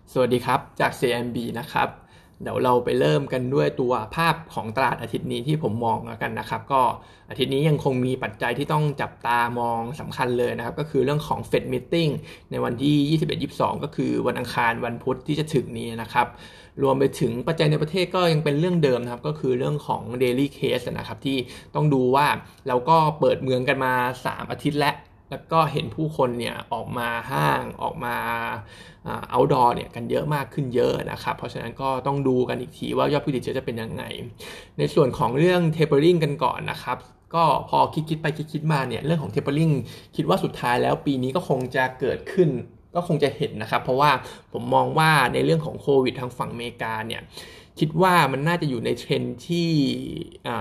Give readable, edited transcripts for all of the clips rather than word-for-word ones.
สวัสดีครับจาก CMB นะครับเดี๋ยวเราไปเริ่มกันด้วยตัวภาพของตลาดอาทิตย์นี้ที่ผมมองแล้วกันนะครับก็อาทิตย์นี้ยังคงมีปัจจัยที่ต้องจับตามองสำคัญเลยนะครับก็คือเรื่องของ Fed Meeting ในวันที่21-22ก็คือวันอังคารวันพุธที่จะถึงนี้นะครับรวมไปถึงปัจจัยในประเทศก็ยังเป็นเรื่องเดิมนะครับก็คือเรื่องของ Daily Case นะครับที่ต้องดูว่าเราก็เปิดเมืองกันมา3อาทิตย์แล้วก็เห็นผู้คนเนี่ยออกมาห้างออกมาoutdoor เนี่ยกันเยอะมากขึ้นเยอะนะครับเพราะฉะนั้นก็ต้องดูกันอีกทีว่ายอดผู้ติดเชื้อจะเป็นยังไงในส่วนของเรื่อง tapering กันก่อนนะครับก็พอคิดไปคิดมาเนี่ยเรื่องของ tapering คิดว่าสุดท้ายแล้วปีนี้ก็คงจะเกิดขึ้นก็คงจะเห็นนะครับเพราะว่าผมมองว่าในเรื่องของโควิดทางฝั่งอเมริกาเนี่ยคิดว่ามันน่าจะอยู่ในเทรนด์ที่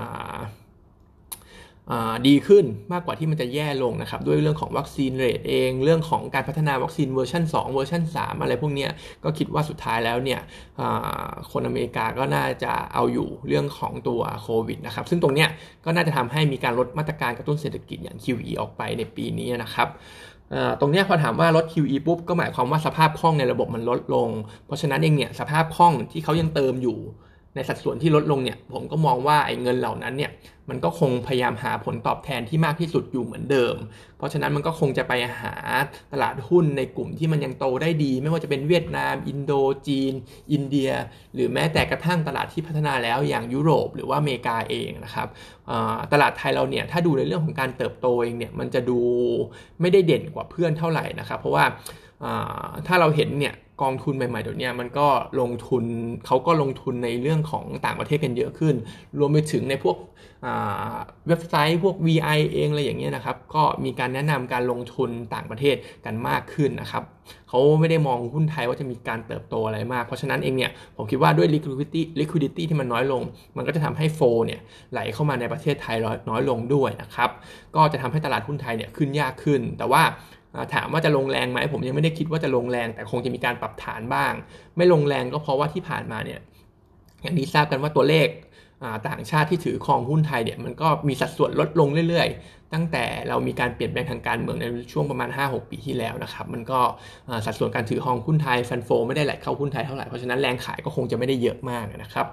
ดีขึ้นมากกว่าที่มันจะแย่ลงนะครับด้วยเรื่องของวัคซีนเรทเองเรื่องของการพัฒนาวัคซีนเวอร์ชัน2เวอร์ชัน3อะไรพวกนี้ก็คิดว่าสุดท้ายแล้วเนี่ยคนอเมริกาก็น่าจะเอาอยู่เรื่องของตัวโควิดนะครับซึ่งตรงเนี้ยก็น่าจะทำให้มีการลดมาตรการกระตุ้นเศรษฐกิจอย่าง QE ออกไปในปีนี้นะครับตรงนี้พอถามว่าลด QE ปุ๊บก็หมายความว่าสภาพคล่องในระบบมันลดลงเพราะฉะนั้นเองเนี่ยสภาพคล่องที่เขายังเติมอยู่ในสัดส่วนที่ลดลงเนี่ยผมก็มองว่าไอ้เงินเหล่านั้นเนี่ยมันก็คงพยายามหาผลตอบแทนที่มากที่สุดอยู่เหมือนเดิมเพราะฉะนั้นมันก็คงจะไปหาตลาดหุ้นในกลุ่มที่มันยังโตได้ดีไม่ว่าจะเป็นเวียดนามอินโดจีนอินเดียหรือแม้แต่กระทั่งตลาดที่พัฒนาแล้วอย่างยุโรปหรือว่าอเมริกาเองนะครับตลาดไทยเราเนี่ยถ้าดูในเรื่องของการเติบโตเองเนี่ยมันจะดูไม่ได้เด่นกว่าเพื่อนเท่าไหร่นะครับเพราะว่าถ้าเราเห็นเนี่ยกองทุนใหม่ๆเดี๋ยวนี้มันก็ลงทุนเขาก็ลงทุนในเรื่องของต่างประเทศกันเยอะขึ้นรวมไปถึงในพวกเว็บไซต์พวก VI เองอะไรอย่างเงี้ยนะครับก็มีการแนะนำการลงทุนต่างประเทศกันมากขึ้นนะครับเขาไม่ได้มองหุ้นไทยว่าจะมีการเติบโตอะไรมากเพราะฉะนั้นเองเนี่ยผมคิดว่าด้วย liquidity ที่มันน้อยลงมันก็จะทำให้โฟเนี่ยไหลเข้ามาในประเทศไทยน้อยลงด้วยนะครับก็จะทำให้ตลาดหุ้นไทยเนี่ยขึ้นยากขึ้นแต่ว่าถามว่าจะลงแรงไหมผมยังไม่ได้คิดว่าจะลงแรงแต่คงจะมีการปรับฐานบ้างไม่ลงแรงก็เพราะว่าที่ผ่านมาเนี่ยอย่างที่ทราบกันว่าตัวเลขต่างชาติที่ถือครองหุ้นไทยเนี่ยมันก็มีสัดส่วนลดลงเรื่อยๆตั้งแต่เรามีการเปลี่ยนแปลงทางการเมืองในช่วงประมาณ 5-6 ปีที่แล้วนะครับมันก็สัดส่วนการถือครองหุ้นไทยฟันโฟไม่ได้ไหลเข้าหุ้นไทยเท่าไหร่เพราะฉะนั้นแรงขายก็คงจะไม่ได้เยอะมากนะครับ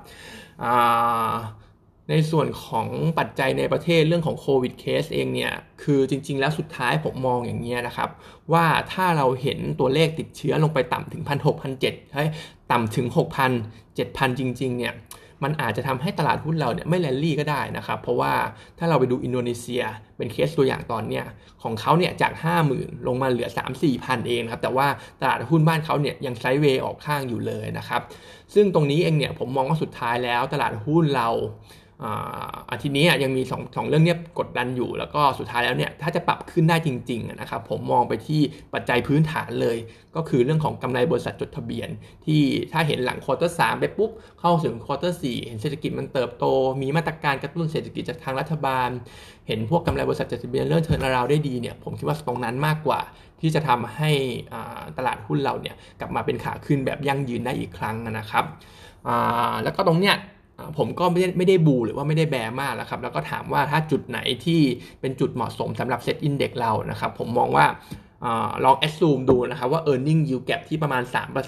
ในส่วนของปัจจัยในประเทศเรื่องของโควิดเคสเองเนี่ยคือจริงๆแล้วสุดท้ายผมมองอย่างนี้นะครับว่าถ้าเราเห็นตัวเลขติดเชื้อลงไปต่ำถึง 1,600-1,700 ให้ต่ำถึง 6,000 7,000 จริงๆเนี่ยมันอาจจะทำให้ตลาดหุ้นเราเนี่ยไม่แรลลี่ก็ได้นะครับเพราะว่าถ้าเราไปดูอินโดนีเซียเป็นเคสตัวอย่างตอนเนี้ยของเขาเนี่ยจาก 50,000 ลงมาเหลือ 3-4 พันเองครับแต่ว่าตลาดหุ้นบ้านเขาเนี่ยยังไซด์เวย์ออกข้างอยู่เลยนะครับซึ่งตรงนี้เองเนี่ยผมมองว่าสุดท้ายแล้วตลาดหุ้นเราอาทิตย์นี้ยังมีสองเรื่องนี้กดดันอยู่แล้วก็สุดท้ายแล้วเนี่ยถ้าจะปรับขึ้นได้จริงๆนะครับผมมองไปที่ปัจจัยพื้นฐานเลยก็คือเรื่องของกำไรบริษัทจดทะเบียนที่ถ้าเห็นหลังควอเตอร์3ไปปุ๊บเข้าถึงควอเตอร์4เห็นเศรษฐกิจมันเติบโตมีมาตรการกระตุ้นเศรษฐกิจจากทางรัฐบาลเห็นพวกกำไรบริษัทจดทะเบียนเริ่มเทิร์นอราวด์ได้ดีเนี่ยผมคิดว่าตรงนั้นมากกว่าที่จะทำให้ตลาดหุ้นเราเนี่ยกลับมาเป็นขาขึ้นแบบยั่งยืนได้อีกครั้งนะครับแล้วก็ตรงเนี้ยผมก็ไม่ได้บูหรือว่าไม่ได้แบร์มากแล้วครับแล้วก็ถามว่าถ้าจุดไหนที่เป็นจุดเหมาะสมสำหรับเซ็ตอินเด็กซ์เรานะครับผมมองว่าลอง assume ดูนะครับว่า earning yield gap ที่ประมาณ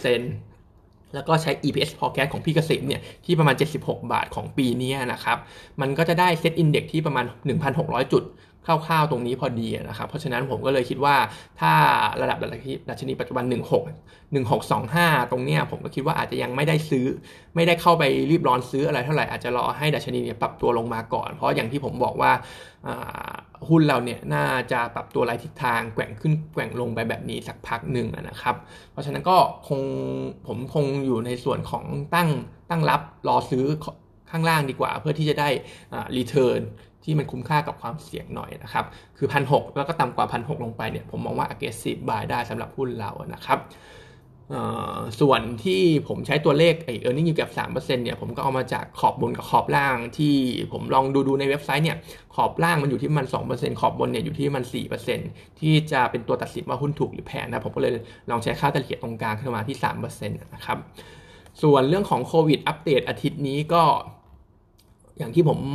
3% แล้วก็ใช้ EPS forecast ของพี่เกษมเนี่ยที่ประมาณ76 บาทของปีนี้นะครับมันก็จะได้เซ็ตอินเด็กซ์ที่ประมาณ 1,600 จุดคร่าวๆตรงนี้พอดีนะครับเพราะฉะนั้นผมก็เลยคิดว่าถ้าระดับดัชนีปัจจุบัน1625ตรงเนี้ยผมก็คิดว่าอาจจะยังไม่ได้ซื้อไม่ได้เข้าไปรีบร้อนซื้ออะไรเท่าไหร่อาจจะรอให้ดัชนีเนี่ยปรับตัวลงมาก่อนเพราะอย่างที่ผมบอกว่าหุ้นเราเนี่ยน่าจะปรับตัวไล่ทิศทางแกว่งขึ้นแกว่งลงไปแบบนี้สักพักหนึ่งนะครับเพราะฉะนั้นก็ผมคงอยู่ในส่วนของตั้งรับรอซื้อข้างล่างดีกว่าเพื่อที่จะได้returnที่มันคุ้มค่ากับความเสี่ยงหน่อยนะครับคือ 1,600 แล้วก็ต่ำกว่า 1,600 ลงไปเนี่ยผมมองว่า aggressive buy ได้สำหรับหุ้นเรานะครับส่วนที่ผมใช้ตัวเลขearning yield gap 3% เนี่ยผมก็เอามาจากขอบบนกับขอบล่างที่ผมลองดูในเว็บไซต์เนี่ยขอบล่างมันอยู่ที่มัน 2% ขอบบนเนี่ยอยู่ที่มัน 4% ที่จะเป็นตัวตัดสินว่าหุ้นถูกหรือแพงนะผมก็เลยลองใช้ค่าเฉลี่ยตรงกลางขึ้นมาที่ 3% นะครับส่วนเรื่องของโควิดอัปเดตอาทิตย์นี้ก็อย่างที่ผม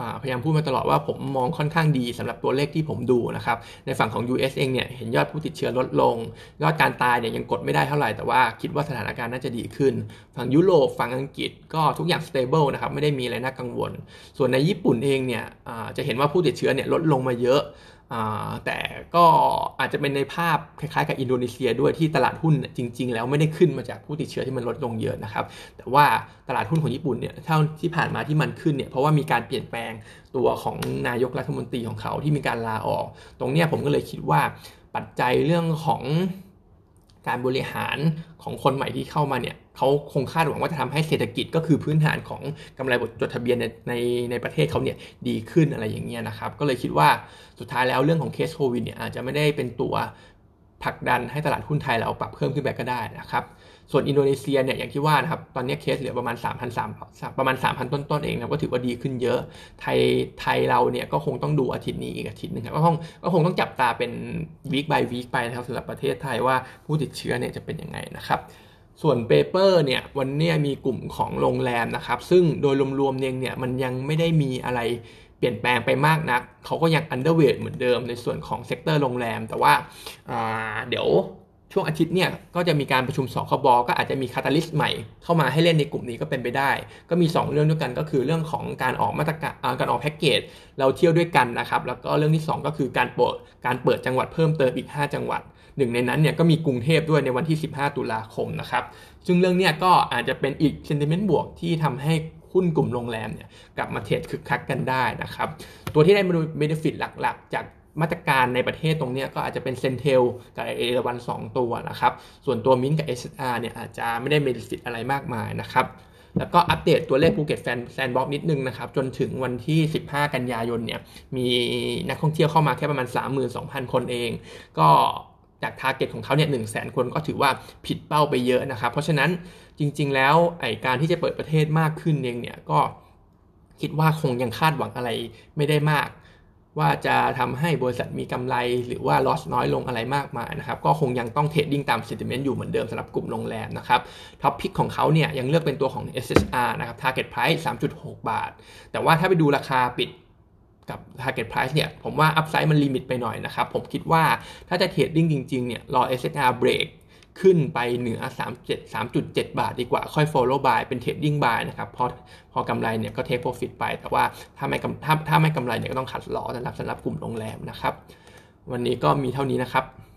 พยายามพูดมาตลอดว่าผมมองค่อนข้างดีสำหรับตัวเลขที่ผมดูนะครับในฝั่งของ US เองเนี่ยเห็นยอดผู้ติดเชื้อลดลงยอดการตายเนี่ยยังกดไม่ได้เท่าไหร่แต่ว่าคิดว่าสถานการณ์น่าจะดีขึ้นฝั่งยุโรปฝั่งอังกฤษก็ทุกอย่าง stable นะครับไม่ได้มีอะไรน่ากังวลส่วนในญี่ปุ่นเองเนี่ยจะเห็นว่าผู้ติดเชื้อเนี่ยลดลงมาเยอะแต่ก็อาจจะเป็นในภาพคล้ายๆกับอินโดนีเซียด้วยที่ตลาดหุ้นจริงๆแล้วไม่ได้ขึ้นมาจากผู้ติดเชื้อที่มันลดลงเยอะนะครับแต่ว่าตลาดหุ้นของญี่ปุ่นเนี่ยเท่าที่ผ่านมาที่มันขึ้นเนี่ยเพราะว่ามีการเปลี่ยนแปลงตัวของนายกรัฐมนตรีของเขาที่มีการลาออกตรงเนี้ยผมก็เลยคิดว่าปัจจัยเรื่องของการบริหารของคนใหม่ที่เข้ามาเนี่ยเขาคงคาดหวังว่าจะทำให้เศรษฐกิจก็คือพื้นฐานของกำไรจดทะเบียนในประเทศเขาเนี่ยดีขึ้นอะไรอย่างเงี้ยนะครับก็เลยคิดว่าสุดท้ายแล้วเรื่องของเคสโควิดเนี่ยอาจจะไม่ได้เป็นตัวผลักดันให้ตลาดหุ้นไทยเราปรับเพิ่มขึ้นไปก็ได้นะครับส่วนอินโดนีเซียเนี่ยอย่างที่ว่านะครับตอนนี้เคสเหลือประมาณ 3,300 ประมาณ 3,000 ต้นๆเองนะก็ถือว่าดีขึ้นเยอะไทยเราเนี่ยก็คงต้องดูอาทิตย์นี้อีกอาทิตย์นึงครับก็คงต้องจับตาเป็น week by week ไปนะครับสำหรับประเทศไทยว่าผู้ติดเชื้อเนี่ยจะเป็นยังไงนะครับส่วนเปเปอร์เนี่ยวันนี้มีกลุ่มของโรงแรมนะครับซึ่งโดยรวมๆเนี่ยมันยังไม่ได้มีอะไรเปลี่ยนแปลงไปมากนักเขาก็ยังอันเดอร์เวทเหมือนเดิมในส่วนของเซกเตอร์โรงแรมแต่ว่าเดี๋ยวช่วงอาทิตย์เนี่ยก็จะมีการประชุมสคบก็อาจจะมีคาตาลิสต์ใหม่เข้ามาให้เล่นในกลุ่มนี้ก็เป็นไปได้ก็มี2เรื่องด้วยกันก็คือเรื่องของการออกมาตรการการออกแพ็กเกจเราเที่ยวด้วยกันนะครับแล้วก็เรื่องที่2ก็คือการเปิดจังหวัดเพิ่มเติมอีก5จังหวัดหนึ่งในนั้นเนี่ยก็มีกรุงเทพด้วยในวันที่15ตุลาคมนะครับซึ่งเรื่องนี้ก็อาจจะเป็นอีกเซนติเมนต์บวกที่ทำให้หุ้นกลุ่มโรงแรมเนี่ยกลับมาเทรดคึกคักกันได้นะครับตัวที่ได้เบเนฟิตหลักๆจากมาตรการในประเทศตรงนี้ก็อาจจะเป็นเซนเทลกับเอราวัณ2ตัวนะครับส่วนตัวมิ้นท์กับ SSR เนี่ยอาจจะไม่ได้เบเนฟิตอะไรมากมายนะครับแล้วก็อัปเดตตัวเลขภูเก็ตแซนด์บ็อกซ์นิดนึงนะครับจนถึงวันที่15กันยายนเนี่ยมีนักท่องเที่ยวเข้ามาแค่ประมาณ 32,000 คนเองก็จากทาร์เก็ตของเขาเนี่ย 100,000 คนก็ถือว่าผิดเป้าไปเยอะนะครับเพราะฉะนั้นจริงๆแล้วการที่จะเปิดประเทศมากขึ้นเองเนี่ยก็คิดว่าคงยังคาดหวังอะไรไม่ได้มากว่าจะทำให้บริษัทมีกำไรหรือว่า loss น้อยลงอะไรมากมายนะครับก็คงยังต้องเทรดดิ้งตาม sentiment อยู่เหมือนเดิมสำหรับกลุ่มโรงแรมนะครับท็อปพิกของเขาเนี่ยยังเลือกเป็นตัวของ SSR นะครับ target price 3.6 บาทแต่ว่าถ้าไปดูราคาปิดกับ target price เนี่ยผมว่า upside มันลิมิตไปหน่อยนะครับผมคิดว่าถ้าจะเทรดดิ้งจริงๆเนี่ยรอ SSR break ขึ้นไปเหนือ3.7 บาทดีกว่าค่อย follow buy เป็น trading buy นะครับพอกำไรเนี่ยก็ take profit ไปแต่ว่าถ้าไม่กำไรเนี่ยก็ต้องขัดลอสสำหรับกลุ่มโรงแรมนะครับวันนี้ก็มีเท่านี้นะครับ